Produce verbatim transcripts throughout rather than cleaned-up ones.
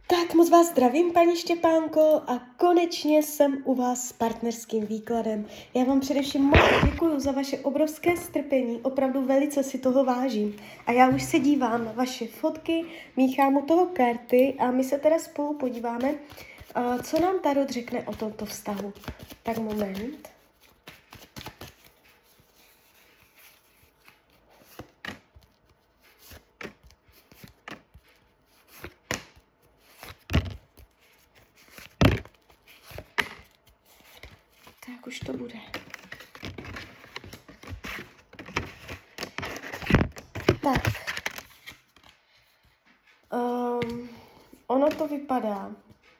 Tak moc vás zdravím, paní Štěpánko, a konečně jsem u vás s partnerským výkladem. Já vám především moc děkuju za vaše obrovské strpení, opravdu velice si toho vážím. A já už se dívám na vaše fotky, míchám u toho karty a my se teda spolu podíváme, uh, co nám Tarot řekne o tomto vztahu. Tak moment. Tak už to bude. Tak. Um, ono to vypadá,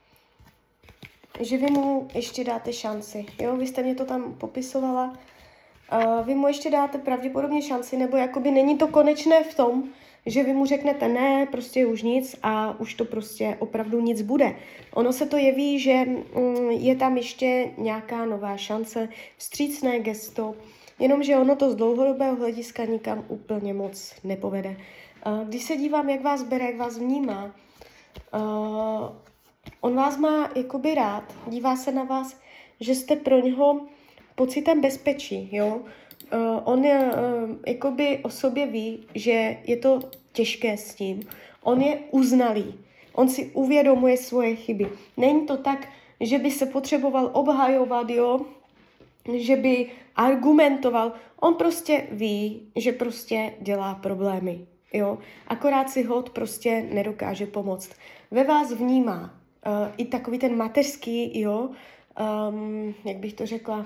že vy mu ještě dáte šanci. Jo, vy jste mě to tam popisovala. Uh, vy mu ještě dáte pravděpodobně šanci, nebo jakoby není to konečné v tom, že vy mu řeknete ne, prostě už nic a už to prostě opravdu nic bude. Ono se to jeví, že mm, je tam ještě nějaká nová šance, vstřícné gesto, jenomže ono to z dlouhodobého hlediska nikam úplně moc nepovede. Uh, když se dívám, jak vás bere, jak vás vnímá, uh, on vás má jakoby rád, dívá se na vás, že jste pro něho pocitem bezpečí, jo. Uh, on je, uh, jakoby o sobě ví, že je to těžké s tím. On je uznalý. On si uvědomuje svoje chyby. Není to tak, že by se potřeboval obhajovat, jo, že by argumentoval. On prostě ví, že prostě dělá problémy, jo. Akorát si hod prostě nedokáže pomoct. Ve vás vnímá uh, i takový ten mateřský, jo, um, jak bych to řekla,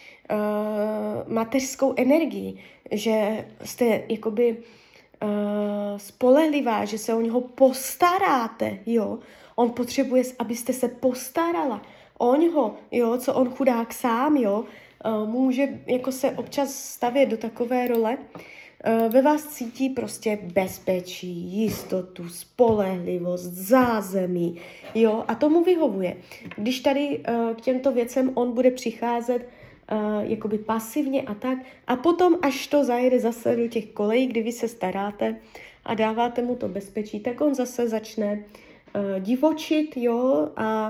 Uh, mateřskou energii, že jste jakoby uh, spolehlivá, že se o něho postaráte, jo. On potřebuje, abyste se postarala o něho, jo, co on chudák sám, jo, uh, může jako se občas stavět do takové role. Uh, ve vás cítí prostě bezpečí, jistotu, spolehlivost, zázemí, jo, a tomu vyhovuje. Když tady uh, k těmto věcem on bude přicházet Uh, jakoby pasivně a tak. A potom, až to zajede zase do těch kolejí, kdy vy se staráte a dáváte mu to bezpečí, tak on zase začne uh, divočit, jo, a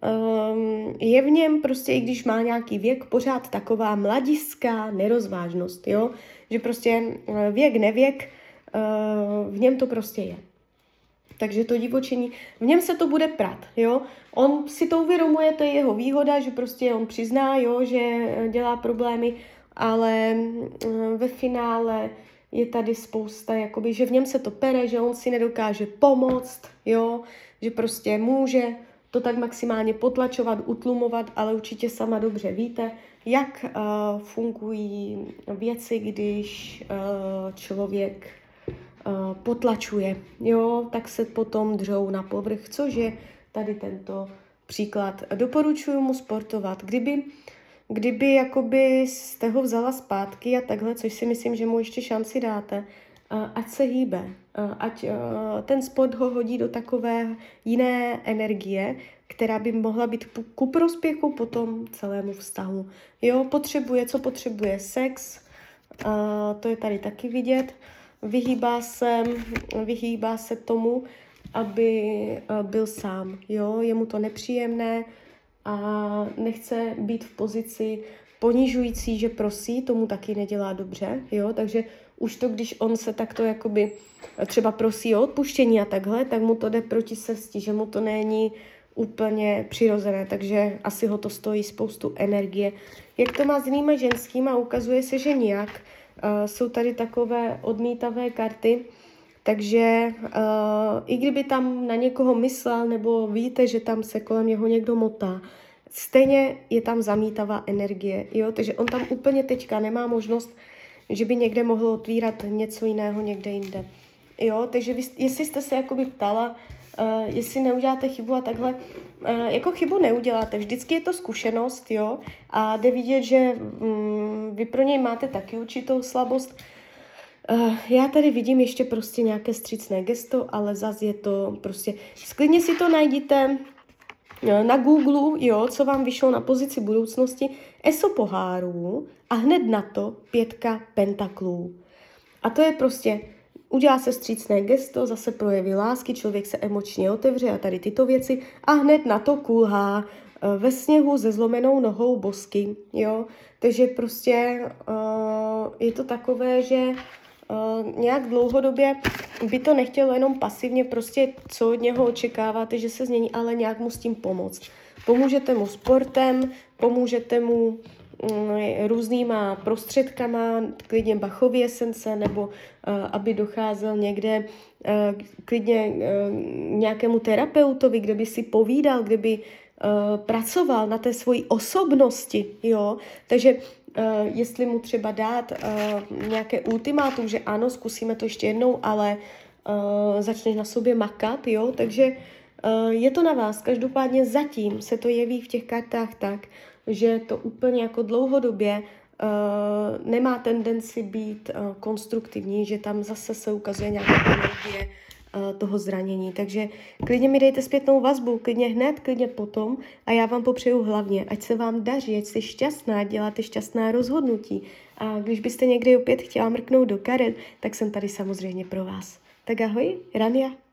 um, je v něm prostě, i když má nějaký věk, pořád taková mladiská nerozvážnost, jo, že prostě uh, věk, nevěk, uh, v něm to prostě je. Takže to divočení, v něm se to bude prát, jo. On si to uvědomuje, to je jeho výhoda, že prostě on přizná, jo, že dělá problémy, ale ve finále je tady spousta, jakoby, že v něm se to pere, že on si nedokáže pomoct, jo, že prostě může to tak maximálně potlačovat, utlumovat, ale určitě sama dobře víte, jak uh, fungují věci, když uh, člověk Uh, potlačuje, jo, tak se potom dřou na povrch, což je tady tento příklad. Doporučuji mu sportovat. Kdyby, kdyby jakoby jste ho vzala zpátky a takhle, což si myslím, že mu ještě šanci dáte, uh, ať se hýbe, uh, ať uh, ten sport ho hodí do takové jiné energie, která by mohla být ku prospěchu potom celému vztahu. Jo, potřebuje, co potřebuje? Sex, uh, to je tady taky vidět. Vyhýbá se, vyhýbá se tomu, aby byl sám, jo, je mu to nepříjemné a nechce být v pozici ponižující, že prosí, tomu taky nedělá dobře, jo, takže už to, když on se takto jakoby třeba prosí o odpuštění a takhle, tak mu to jde proti srsti, že mu to není úplně přirozené, takže asi ho to stojí spoustu energie. Jak to má s jinýma ženskýma, ukazuje se, že nijak. Uh, jsou tady takové odmítavé karty, takže uh, i kdyby tam na někoho myslel, nebo víte, že tam se kolem něho někdo motá, stejně je tam zamítavá energie, jo, takže on tam úplně teďka nemá možnost, že by někde mohl otvírat něco jiného někde jinde, jo, takže vy, jestli jste se jakoby ptala, Uh, jestli neuděláte chybu a takhle, uh, jako chybu neuděláte, vždycky je to zkušenost, jo, a jde vidět, že um, vy pro něj máte taky určitou slabost. Uh, já tady vidím ještě prostě nějaké vstřícné gesto, ale zase je to prostě, sklidně si to najděte uh, na Google, jo, co vám vyšlo na pozici budoucnosti, eso pohárů a hned na to pětka pentaklů. A to je prostě udělá se vstřícné gesto, zase projeví lásky, člověk se emočně otevře a tady tyto věci a hned na to kulhá ve sněhu se zlomenou nohou bosky, jo. Takže prostě uh, je to takové, že uh, nějak dlouhodobě by to nechtělo jenom pasivně, prostě co od něho očekáváte, že se změní, ale nějak mu s tím pomoct. Pomůžete mu sportem, pomůžete mu um, různýma prostředkama, klidně Bachovy esence, nebo uh, aby docházel někde uh, klidně uh, nějakému terapeutovi, kde by si povídal, kde by Uh, pracoval na té svojí osobnosti, jo, takže uh, jestli mu třeba dát uh, nějaké ultimátum, že ano, zkusíme to ještě jednou, ale uh, začneš na sobě makat, jo, takže uh, je to na vás, každopádně zatím se to jeví v těch kartách tak, že to úplně jako dlouhodobě uh, nemá tendenci být uh, konstruktivní, že tam zase se ukazuje nějaká energie toho zranění. Takže klidně mi dejte zpětnou vazbu, klidně hned, klidně potom a já vám popřeju hlavně, ať se vám daří, ať jste šťastná, děláte šťastná rozhodnutí a když byste někdy opět chtěla mrknout do karet, tak jsem tady samozřejmě pro vás. Tak ahoj, Rania.